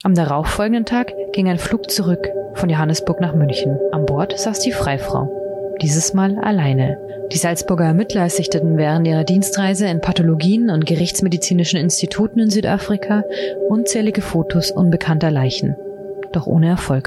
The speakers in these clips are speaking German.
Am darauffolgenden Tag ging ein Flug zurück von Johannesburg nach München. An Bord saß die Freifrau. Dieses Mal alleine. Die Salzburger Ermittler sichteten während ihrer Dienstreise in Pathologien und gerichtsmedizinischen Instituten in Südafrika unzählige Fotos unbekannter Leichen. Doch ohne Erfolg.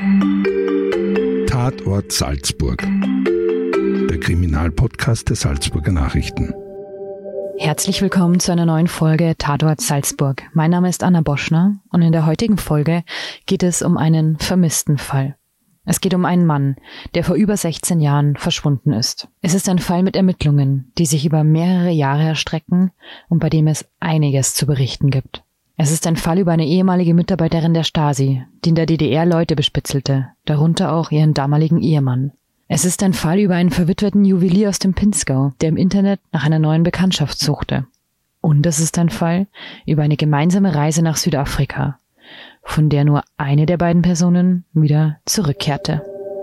Tatort Salzburg. Der Kriminalpodcast der Salzburger Nachrichten. Herzlich willkommen zu einer neuen Folge Tatort Salzburg. Mein Name ist Anna Boschner und in der heutigen Folge geht es um einen vermissten Fall. Es geht um einen Mann, der vor über 16 Jahren verschwunden ist. Es ist ein Fall mit Ermittlungen, die sich über mehrere Jahre erstrecken und bei dem es einiges zu berichten gibt. Es ist ein Fall über eine ehemalige Mitarbeiterin der Stasi, die in der DDR Leute bespitzelte, darunter auch ihren damaligen Ehemann. Es ist ein Fall über einen verwitweten Juwelier aus dem Pinzgau, der im Internet nach einer neuen Bekanntschaft suchte. Und es ist ein Fall über eine gemeinsame Reise nach Südafrika, von der nur eine der beiden Personen wieder zurückkehrte.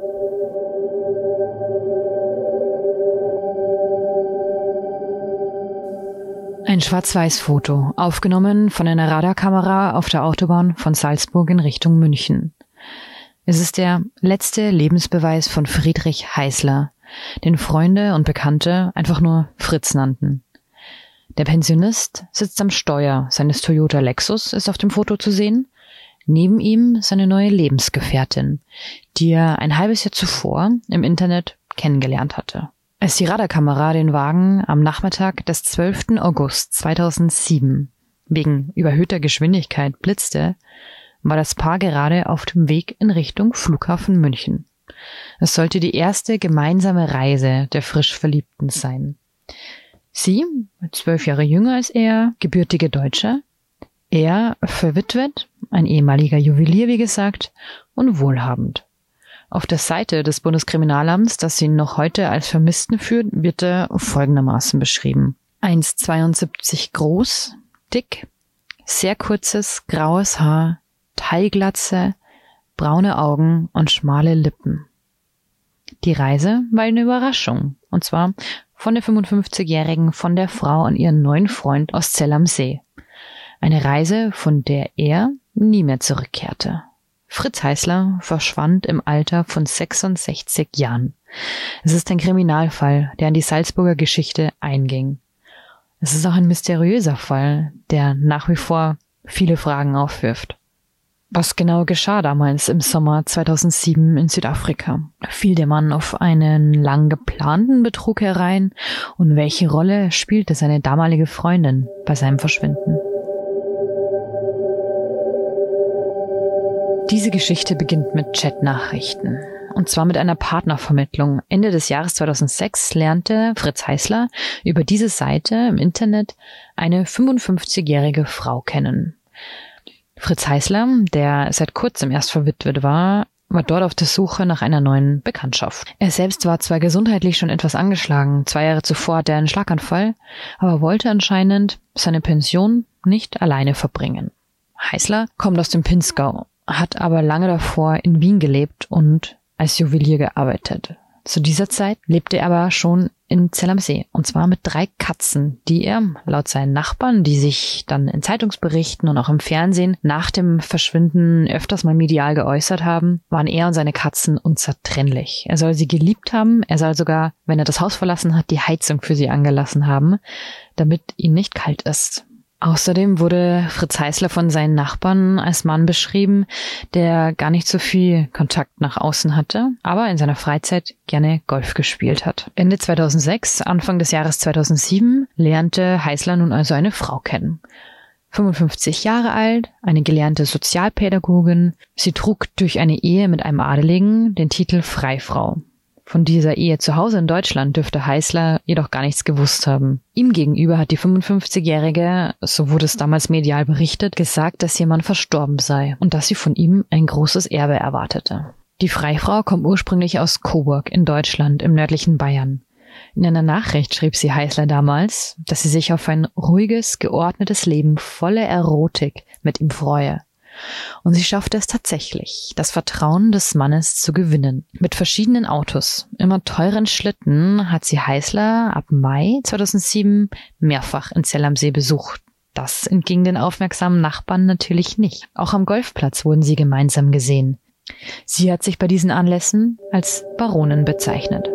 Ein Schwarz-Weiß-Foto, aufgenommen von einer Radarkamera auf der Autobahn von Salzburg in Richtung München. Es ist der letzte Lebensbeweis von Friedrich Heißler, den Freunde und Bekannte einfach nur Fritz nannten. Der Pensionist sitzt am Steuer seines Toyota Lexus, ist auf dem Foto zu sehen. Neben ihm seine neue Lebensgefährtin, die er ein halbes Jahr zuvor im Internet kennengelernt hatte. Als die Radarkamera den Wagen am Nachmittag des 12. August 2007 wegen überhöhter Geschwindigkeit blitzte, war das Paar gerade auf dem Weg in Richtung Flughafen München. Es sollte die erste gemeinsame Reise der frisch Verliebten sein. Sie, 12 Jahre jünger als er, gebürtige Deutsche, er verwitwet, ein ehemaliger Juwelier, wie gesagt, und wohlhabend. Auf der Seite des Bundeskriminalamts, das ihn noch heute als Vermissten führt, wird er folgendermaßen beschrieben. 1,72 groß, dick, sehr kurzes, graues Haar, Teilglatze, braune Augen und schmale Lippen. Die Reise war eine Überraschung, und zwar von der 55-Jährigen von der Frau und ihren neuen Freund aus Zell am See. Eine Reise, von der er nie mehr zurückkehrte. Fritz Heißler verschwand im Alter von 66 Jahren. Es ist ein Kriminalfall, der an die Salzburger Geschichte einging. Es ist auch ein mysteriöser Fall, der nach wie vor viele Fragen aufwirft. Was genau geschah damals im Sommer 2007 in Südafrika? Fiel der Mann auf einen lang geplanten Betrug herein? Und welche Rolle spielte seine damalige Freundin bei seinem Verschwinden? Diese Geschichte beginnt mit Chatnachrichten. Und zwar mit einer Partnervermittlung. Ende des Jahres 2006 lernte Fritz Heißler über diese Seite im Internet eine 55-jährige Frau kennen. Fritz Heißler, der seit kurzem erst verwitwet war dort auf der Suche nach einer neuen Bekanntschaft. Er selbst war zwar gesundheitlich schon etwas angeschlagen, 2 Jahre zuvor hatte er einen Schlaganfall, aber wollte anscheinend seine Pension nicht alleine verbringen. Heißler kommt aus dem Pinzgau, hat aber lange davor in Wien gelebt und als Juwelier gearbeitet. Zu dieser Zeit lebte er aber schon in Zell am See, und zwar mit 3 Katzen, die er, laut seinen Nachbarn, die sich dann in Zeitungsberichten und auch im Fernsehen nach dem Verschwinden öfters mal medial geäußert haben, waren er und seine Katzen unzertrennlich. Er soll sie geliebt haben, er soll sogar, wenn er das Haus verlassen hat, die Heizung für sie angelassen haben, damit ihnen nicht kalt ist. Außerdem wurde Fritz Heißler von seinen Nachbarn als Mann beschrieben, der gar nicht so viel Kontakt nach außen hatte, aber in seiner Freizeit gerne Golf gespielt hat. Ende 2006, Anfang des Jahres 2007 lernte Heißler nun also eine Frau kennen. 55 Jahre alt, eine gelernte Sozialpädagogin. Sie trug durch eine Ehe mit einem Adeligen den Titel Freifrau. Von dieser Ehe zu Hause in Deutschland dürfte Heißler jedoch gar nichts gewusst haben. Ihm gegenüber hat die 55-Jährige, so wurde es damals medial berichtet, gesagt, dass ihr Mann verstorben sei und dass sie von ihm ein großes Erbe erwartete. Die Freifrau kommt ursprünglich aus Coburg in Deutschland im nördlichen Bayern. In einer Nachricht schrieb sie Heißler damals, dass sie sich auf ein ruhiges, geordnetes Leben voller Erotik mit ihm freue. Und sie schaffte es tatsächlich, das Vertrauen des Mannes zu gewinnen. Mit verschiedenen Autos, immer teuren Schlitten, hat sie Heißler ab Mai 2007 mehrfach in Zell am See besucht. Das entging den aufmerksamen Nachbarn natürlich nicht. Auch am Golfplatz wurden sie gemeinsam gesehen. Sie hat sich bei diesen Anlässen als Baronin bezeichnet.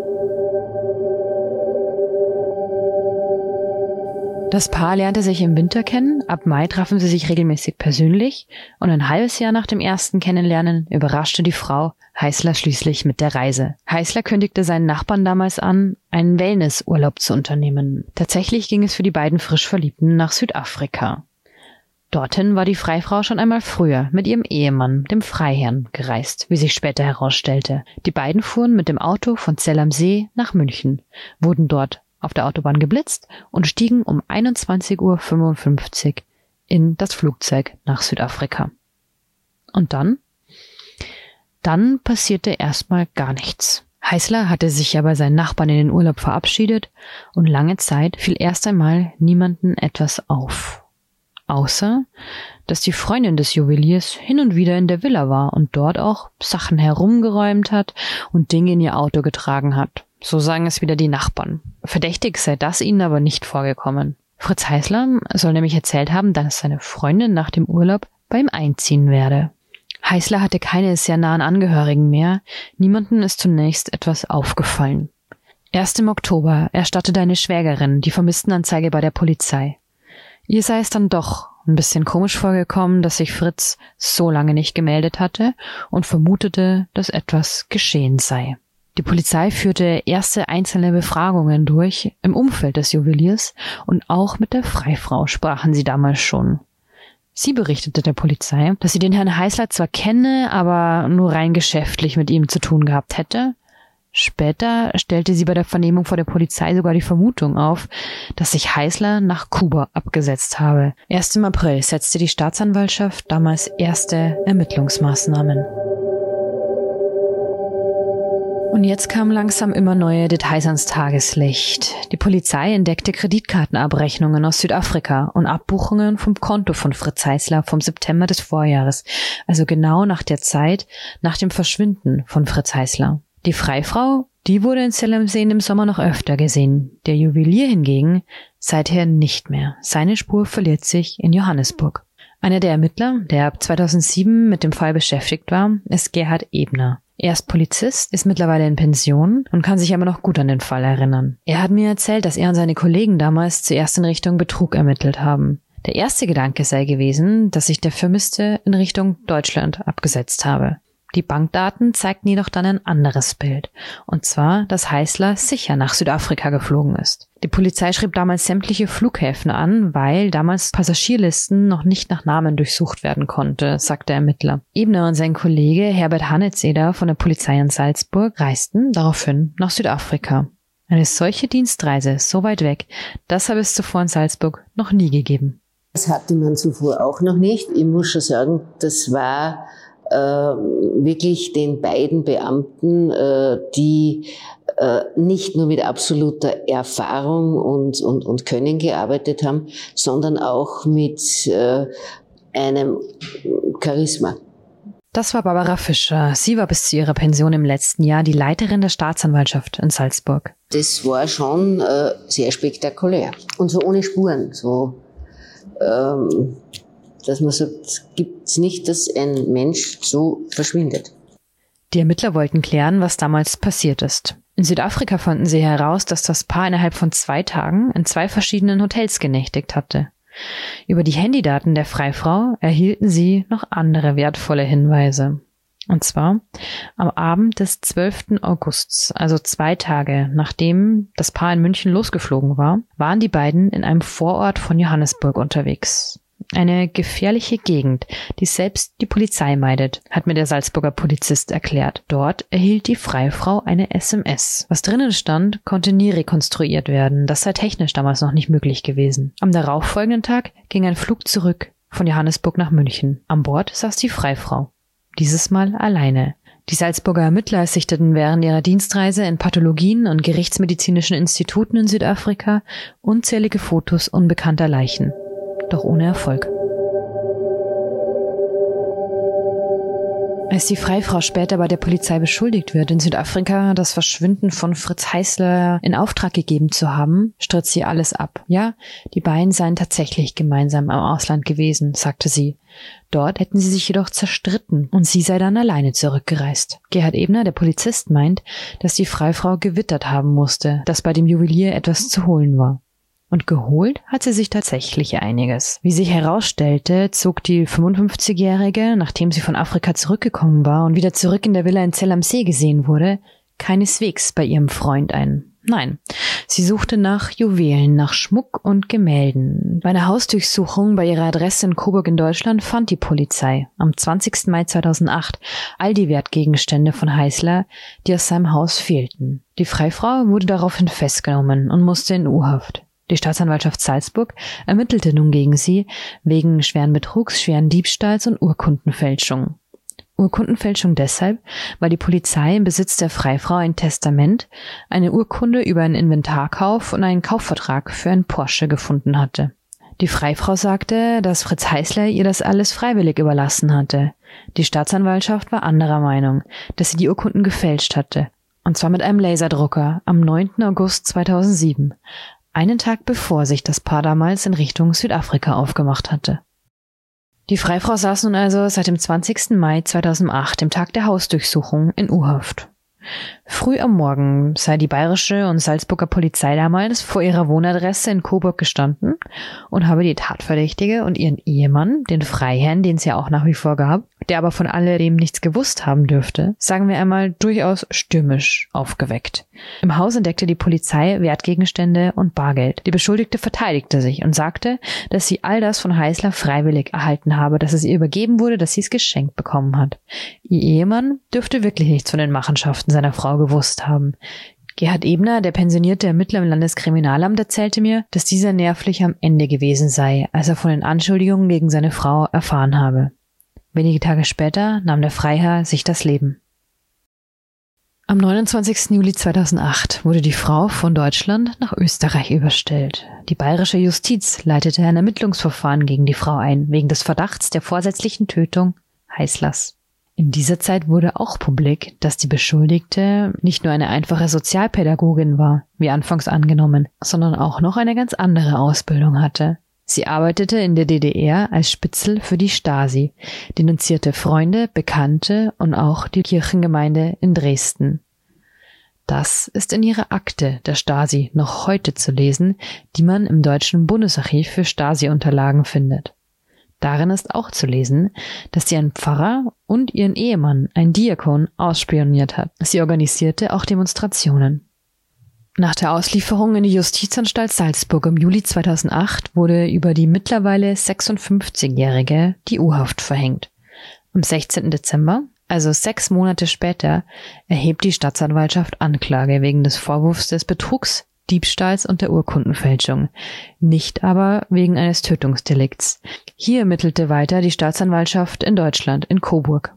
Das Paar lernte sich im Winter kennen, ab Mai trafen sie sich regelmäßig persönlich und ein halbes Jahr nach dem ersten Kennenlernen überraschte die Frau Heisler schließlich mit der Reise. Heisler kündigte seinen Nachbarn damals an, einen Wellnessurlaub zu unternehmen. Tatsächlich ging es für die beiden frisch Verliebten nach Südafrika. Dorthin war die Freifrau schon einmal früher mit ihrem Ehemann, dem Freiherrn, gereist, wie sich später herausstellte. Die beiden fuhren mit dem Auto von Zell am See nach München, wurden dort auf der Autobahn geblitzt und stiegen um 21:55 Uhr in das Flugzeug nach Südafrika. Und dann? Dann passierte erstmal gar nichts. Heisler hatte sich ja bei seinen Nachbarn in den Urlaub verabschiedet und lange Zeit fiel erst einmal niemandem etwas auf. Außer, dass die Freundin des Juweliers hin und wieder in der Villa war und dort auch Sachen herumgeräumt hat und Dinge in ihr Auto getragen hat. So sagen es wieder die Nachbarn. Verdächtig sei das ihnen aber nicht vorgekommen. Fritz Heisler soll nämlich erzählt haben, dass seine Freundin nach dem Urlaub bei ihm einziehen werde. Heisler hatte keine sehr nahen Angehörigen mehr. Niemandem ist zunächst etwas aufgefallen. Erst im Oktober erstattete eine Schwägerin die Vermisstenanzeige bei der Polizei. Ihr sei es dann doch ein bisschen komisch vorgekommen, dass sich Fritz so lange nicht gemeldet hatte und vermutete, dass etwas geschehen sei. Die Polizei führte erste einzelne Befragungen durch im Umfeld des Juweliers und auch mit der Freifrau sprachen sie damals schon. Sie berichtete der Polizei, dass sie den Herrn Heisler zwar kenne, aber nur rein geschäftlich mit ihm zu tun gehabt hätte. Später stellte sie bei der Vernehmung vor der Polizei sogar die Vermutung auf, dass sich Heisler nach Kuba abgesetzt habe. Erst im April setzte die Staatsanwaltschaft damals erste Ermittlungsmaßnahmen. Und jetzt kamen langsam immer neue Details ans Tageslicht. Die Polizei entdeckte Kreditkartenabrechnungen aus Südafrika und Abbuchungen vom Konto von Fritz Heisler vom September des Vorjahres, also genau nach der Zeit nach dem Verschwinden von Fritz Heisler. Die Freifrau, die wurde in Zell am See im Sommer noch öfter gesehen. Der Juwelier hingegen seither nicht mehr. Seine Spur verliert sich in Johannesburg. Einer der Ermittler, der ab 2007 mit dem Fall beschäftigt war, ist Gerhard Ebner. Er ist Polizist, ist mittlerweile in Pension und kann sich aber noch gut an den Fall erinnern. Er hat mir erzählt, dass er und seine Kollegen damals zuerst in Richtung Betrug ermittelt haben. Der erste Gedanke sei gewesen, dass sich der Vermisste in Richtung Deutschland abgesetzt habe. Die Bankdaten zeigten jedoch dann ein anderes Bild, und zwar, dass Heisler sicher nach Südafrika geflogen ist. Die Polizei schrieb damals sämtliche Flughäfen an, weil damals Passagierlisten noch nicht nach Namen durchsucht werden konnte, sagt der Ermittler. Ebner und sein Kollege Herbert Hannetzeder von der Polizei in Salzburg reisten daraufhin nach Südafrika. Eine solche Dienstreise so weit weg, das habe es zuvor in Salzburg noch nie gegeben. Das hatte man zuvor auch noch nicht. Ich muss schon sagen, das war wirklich den beiden Beamten, die nicht nur mit absoluter Erfahrung und Können gearbeitet haben, sondern auch mit einem Charisma. Das war Barbara Fischer. Sie war bis zu ihrer Pension im letzten Jahr die Leiterin der Staatsanwaltschaft in Salzburg. Das war schon sehr spektakulär und so ohne Spuren, so dass man sagt, gibt's nicht, dass ein Mensch so verschwindet. Die Ermittler wollten klären, was damals passiert ist. In Südafrika fanden sie heraus, dass das Paar innerhalb von 2 Tagen in 2 verschiedenen Hotels genächtigt hatte. Über die Handydaten der Freifrau erhielten sie noch andere wertvolle Hinweise. Und zwar am Abend des 12. Augusts, also 2 Tage nachdem das Paar in München losgeflogen war, waren die beiden in einem Vorort von Johannesburg unterwegs. Eine gefährliche Gegend, die selbst die Polizei meidet, hat mir der Salzburger Polizist erklärt. Dort erhielt die Freifrau eine SMS. Was drinnen stand, konnte nie rekonstruiert werden. Das sei technisch damals noch nicht möglich gewesen. Am darauffolgenden Tag ging ein Flug zurück von Johannesburg nach München. An Bord saß die Freifrau. Dieses Mal alleine. Die Salzburger Ermittler sichteten während ihrer Dienstreise in Pathologien und gerichtsmedizinischen Instituten in Südafrika unzählige Fotos unbekannter Leichen. Doch ohne Erfolg. Als die Freifrau später bei der Polizei beschuldigt wird, in Südafrika das Verschwinden von Fritz Heißler in Auftrag gegeben zu haben, stritt sie alles ab. Ja, die beiden seien tatsächlich gemeinsam im Ausland gewesen, sagte sie. Dort hätten sie sich jedoch zerstritten und sie sei dann alleine zurückgereist. Gerhard Ebner, der Polizist, meint, dass die Freifrau gewittert haben musste, dass bei dem Juwelier etwas zu holen war. Und geholt hat sie sich tatsächlich einiges. Wie sich herausstellte, zog die 55-Jährige, nachdem sie von Afrika zurückgekommen war und wieder zurück in der Villa in Zell am See gesehen wurde, keineswegs bei ihrem Freund ein. Nein, sie suchte nach Juwelen, nach Schmuck und Gemälden. Bei einer Hausdurchsuchung bei ihrer Adresse in Coburg in Deutschland fand die Polizei am 20. Mai 2008 all die Wertgegenstände von Heißler, die aus seinem Haus fehlten. Die Freifrau wurde daraufhin festgenommen und musste in U-Haft. Die Staatsanwaltschaft Salzburg ermittelte nun gegen sie wegen schweren Betrugs, schweren Diebstahls und Urkundenfälschung. Urkundenfälschung deshalb, weil die Polizei im Besitz der Freifrau ein Testament, eine Urkunde über einen Inventarkauf und einen Kaufvertrag für einen Porsche gefunden hatte. Die Freifrau sagte, dass Fritz Heißler ihr das alles freiwillig überlassen hatte. Die Staatsanwaltschaft war anderer Meinung, dass sie die Urkunden gefälscht hatte. Und zwar mit einem Laserdrucker am 9. August 2007. Einen Tag bevor sich das Paar damals in Richtung Südafrika aufgemacht hatte. Die Freifrau saß nun also seit dem 20. Mai 2008, dem Tag der Hausdurchsuchung, in U-Haft. Früh am Morgen sei die bayerische und Salzburger Polizei damals vor ihrer Wohnadresse in Coburg gestanden und habe die Tatverdächtige und ihren Ehemann, den Freiherrn, den es ja auch nach wie vor gab, der aber von alledem nichts gewusst haben dürfte, sagen wir einmal durchaus stürmisch aufgeweckt. Im Haus entdeckte die Polizei Wertgegenstände und Bargeld. Die Beschuldigte verteidigte sich und sagte, dass sie all das von Heißler freiwillig erhalten habe, dass es ihr übergeben wurde, dass sie es geschenkt bekommen hat. Ihr Ehemann dürfte wirklich nichts von den Machenschaften seiner Frau gewusst haben. Gerhard Ebner, der pensionierte Ermittler im Landeskriminalamt, erzählte mir, dass dieser nervlich am Ende gewesen sei, als er von den Anschuldigungen gegen seine Frau erfahren habe. Wenige Tage später nahm der Freiherr sich das Leben. Am 29. Juli 2008 wurde die Frau von Deutschland nach Österreich überstellt. Die bayerische Justiz leitete ein Ermittlungsverfahren gegen die Frau ein, wegen des Verdachts der vorsätzlichen Tötung Heißlers. In dieser Zeit wurde auch publik, dass die Beschuldigte nicht nur eine einfache Sozialpädagogin war, wie anfangs angenommen, sondern auch noch eine ganz andere Ausbildung hatte. Sie arbeitete in der DDR als Spitzel für die Stasi, denunzierte Freunde, Bekannte und auch die Kirchengemeinde in Dresden. Das ist in ihrer Akte der Stasi noch heute zu lesen, die man im Deutschen Bundesarchiv für Stasi-Unterlagen findet. Darin ist auch zu lesen, dass sie einen Pfarrer und ihren Ehemann, einen Diakon, ausspioniert hat. Sie organisierte auch Demonstrationen. Nach der Auslieferung in die Justizanstalt Salzburg im Juli 2008 wurde über die mittlerweile 56-Jährige die U-Haft verhängt. Am 16. Dezember, also 6 Monate später, erhebt die Staatsanwaltschaft Anklage wegen des Vorwurfs des Betrugs, Diebstahls und der Urkundenfälschung, nicht aber wegen eines Tötungsdelikts. Hier ermittelte weiter die Staatsanwaltschaft in Deutschland, in Coburg.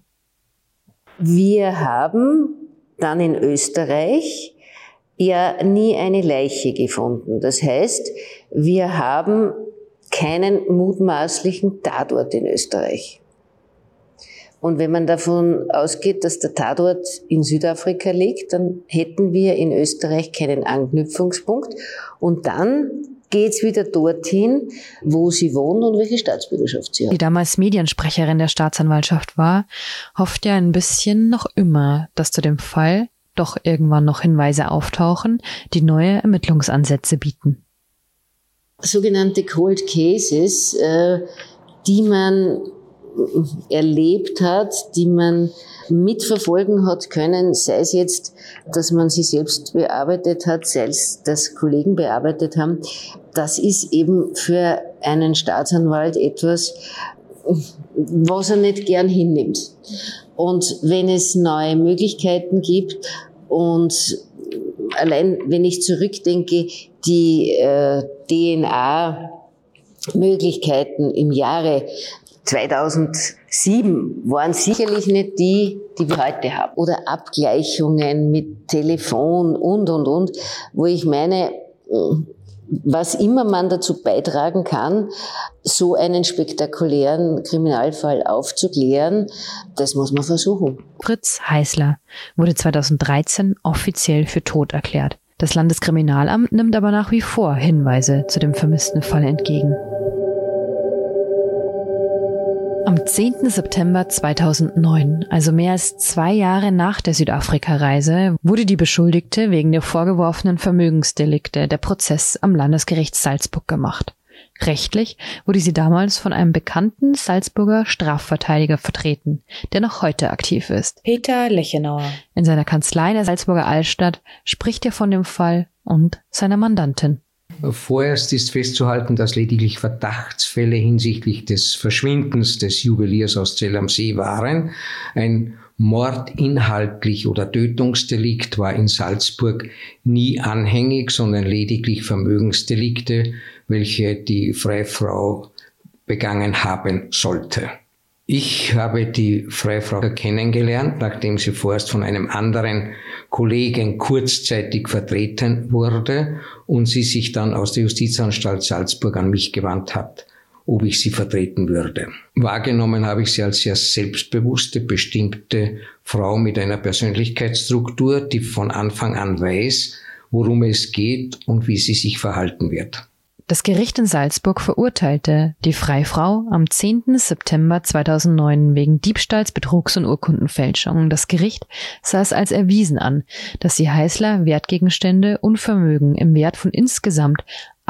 Wir haben dann in Österreich ja nie eine Leiche gefunden. Das heißt, wir haben keinen mutmaßlichen Tatort in Österreich. Und wenn man davon ausgeht, dass der Tatort in Südafrika liegt, dann hätten wir in Österreich keinen Anknüpfungspunkt. Und dann geht's wieder dorthin, wo sie wohnen und welche Staatsbürgerschaft sie hat. Die damals Mediensprecherin der Staatsanwaltschaft war, hofft ja ein bisschen noch immer, dass zu dem Fall doch irgendwann noch Hinweise auftauchen, die neue Ermittlungsansätze bieten. Sogenannte Cold Cases, die man erlebt hat, die man mitverfolgen hat können, sei es jetzt, dass man sie selbst bearbeitet hat, sei es, dass Kollegen bearbeitet haben. Das ist eben für einen Staatsanwalt etwas, was er nicht gern hinnimmt. Und wenn es neue Möglichkeiten gibt und allein wenn ich zurückdenke, die DNA-Möglichkeiten im Jahre 2007 waren sicherlich nicht die wir heute haben. Oder Abgleichungen mit Telefon und, wo ich meine, was immer man dazu beitragen kann, so einen spektakulären Kriminalfall aufzuklären, das muss man versuchen. Fritz Heißler wurde 2013 offiziell für tot erklärt. Das Landeskriminalamt nimmt aber nach wie vor Hinweise zu dem vermissten Fall entgegen. Am 10. September 2009, also mehr als 2 Jahre nach der Südafrika-Reise, wurde die Beschuldigte wegen der vorgeworfenen Vermögensdelikte der Prozess am Landesgericht Salzburg gemacht. Rechtlich wurde sie damals von einem bekannten Salzburger Strafverteidiger vertreten, der noch heute aktiv ist. Peter Lechenauer. In seiner Kanzlei in der Salzburger Altstadt spricht er von dem Fall und seiner Mandantin. Vorerst ist festzuhalten, dass lediglich Verdachtsfälle hinsichtlich des Verschwindens des Juweliers aus Zell am See waren. Ein mordinhaltlich oder Tötungsdelikt war in Salzburg nie anhängig, sondern lediglich Vermögensdelikte, welche die Freifrau begangen haben sollte. Ich habe die Freifrau kennengelernt, nachdem sie vorerst von einem anderen Kollegen kurzzeitig vertreten wurde und sie sich dann aus der Justizanstalt Salzburg an mich gewandt hat, ob ich sie vertreten würde. Wahrgenommen habe ich sie als sehr selbstbewusste, bestimmte Frau mit einer Persönlichkeitsstruktur, die von Anfang an weiß, worum es geht und wie sie sich verhalten wird. Das Gericht in Salzburg verurteilte die Freifrau am 10. September 2009 wegen Diebstahls, Betrugs und Urkundenfälschung. Das Gericht sah es als erwiesen an, dass sie Heißler Wertgegenstände und Vermögen im Wert von insgesamt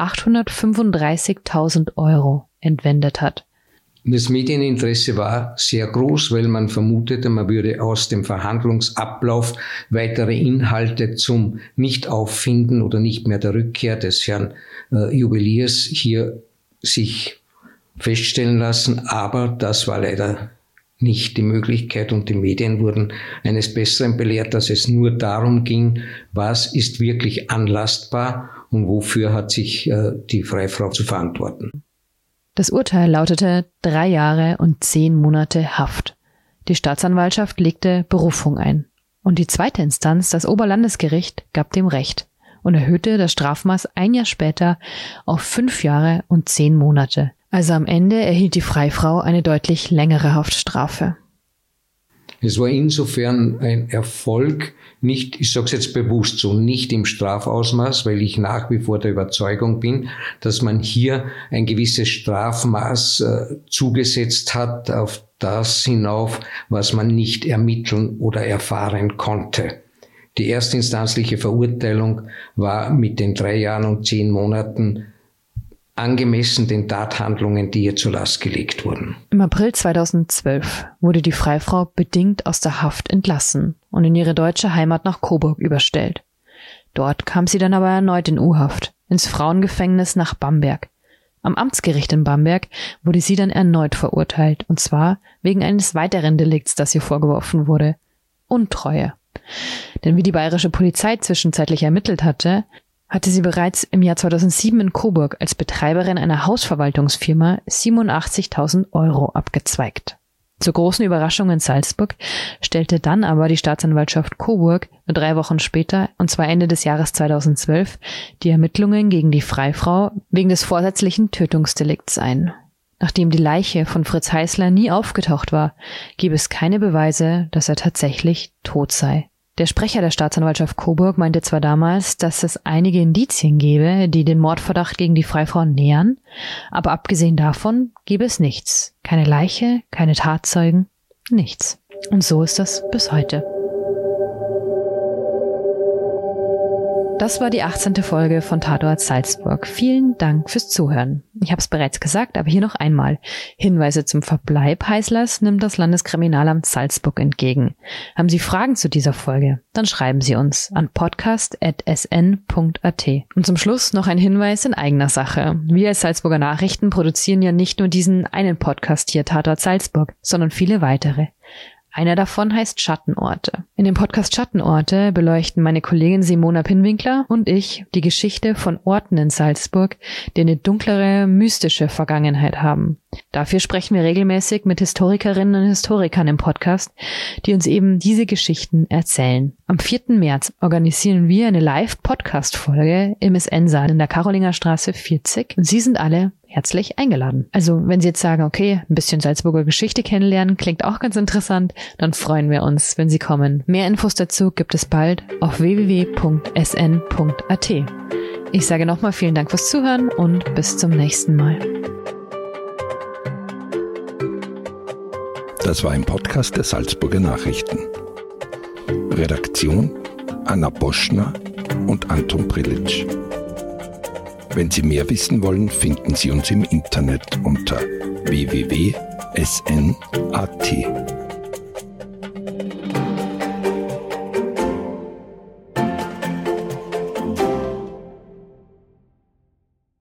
835.000 € entwendet hat. Das Medieninteresse war sehr groß, weil man vermutete, man würde aus dem Verhandlungsablauf weitere Inhalte zum Nichtauffinden oder nicht mehr der Rückkehr des Herrn Juweliers hier sich feststellen lassen. Aber das war leider nicht die Möglichkeit und die Medien wurden eines Besseren belehrt, dass es nur darum ging, was ist wirklich anlastbar und wofür hat sich die Freifrau zu verantworten. Das Urteil lautete 3 Jahre und 10 Monate Haft. Die Staatsanwaltschaft legte Berufung ein. Und die zweite Instanz, das Oberlandesgericht, gab dem Recht und erhöhte das Strafmaß 1 Jahr später auf 5 Jahre und 10 Monate. Also am Ende erhielt die Freifrau eine deutlich längere Haftstrafe. Es war insofern ein Erfolg, nicht, ich sage es jetzt bewusst so, nicht im Strafausmaß, weil ich nach wie vor der Überzeugung bin, dass man hier ein gewisses Strafmaß zugesetzt hat auf das hinauf, was man nicht ermitteln oder erfahren konnte. Die erstinstanzliche Verurteilung war mit den 3 Jahren und 10 Monaten angemessen den Tathandlungen, die ihr zur Last gelegt wurden. Im April 2012 wurde die Freifrau bedingt aus der Haft entlassen und in ihre deutsche Heimat nach Coburg überstellt. Dort kam sie dann aber erneut in U-Haft, ins Frauengefängnis nach Bamberg. Am Amtsgericht in Bamberg wurde sie dann erneut verurteilt, und zwar wegen eines weiteren Delikts, das ihr vorgeworfen wurde: Untreue. Denn wie die bayerische Polizei zwischenzeitlich ermittelt hatte sie bereits im Jahr 2007 in Coburg als Betreiberin einer Hausverwaltungsfirma 87.000 € abgezweigt. Zur großen Überraschung in Salzburg stellte dann aber die Staatsanwaltschaft Coburg 3 Wochen später, und zwar Ende des Jahres 2012, die Ermittlungen gegen die Freifrau wegen des vorsätzlichen Tötungsdelikts ein. Nachdem die Leiche von Fritz Heißler nie aufgetaucht war, gebe es keine Beweise, dass er tatsächlich tot sei. Der Sprecher der Staatsanwaltschaft Coburg meinte zwar damals, dass es einige Indizien gebe, die den Mordverdacht gegen die Freifrau nähern, aber abgesehen davon gebe es nichts. Keine Leiche, keine Tatzeugen, nichts. Und so ist das bis heute. Das war die 18. Folge von Tatort Salzburg. Vielen Dank fürs Zuhören. Ich habe es bereits gesagt, aber hier noch einmal. Hinweise zum Verbleib Heißlers nimmt das Landeskriminalamt Salzburg entgegen. Haben Sie Fragen zu dieser Folge? Dann schreiben Sie uns an podcast@sn.at. Und zum Schluss noch ein Hinweis in eigener Sache. Wir als Salzburger Nachrichten produzieren ja nicht nur diesen einen Podcast hier, Tatort Salzburg, sondern viele weitere. Einer davon heißt Schattenorte. In dem Podcast Schattenorte beleuchten meine Kollegin Simona Pinwinkler und ich die Geschichte von Orten in Salzburg, die eine dunklere, mystische Vergangenheit haben. Dafür sprechen wir regelmäßig mit Historikerinnen und Historikern im Podcast, die uns eben diese Geschichten erzählen. Am 4. März organisieren wir eine Live-Podcast-Folge im SN-Saal in der Karolingerstraße 40 und Sie sind alle herzlich eingeladen. Also wenn Sie jetzt sagen, okay, ein bisschen Salzburger Geschichte kennenlernen, klingt auch ganz interessant, dann freuen wir uns, wenn Sie kommen. Mehr Infos dazu gibt es bald auf www.sn.at. Ich sage nochmal vielen Dank fürs Zuhören und bis zum nächsten Mal. Das war ein Podcast der Salzburger Nachrichten. Redaktion Anna Boschner und Anton Prilic. Wenn Sie mehr wissen wollen, finden Sie uns im Internet unter www.sn.at.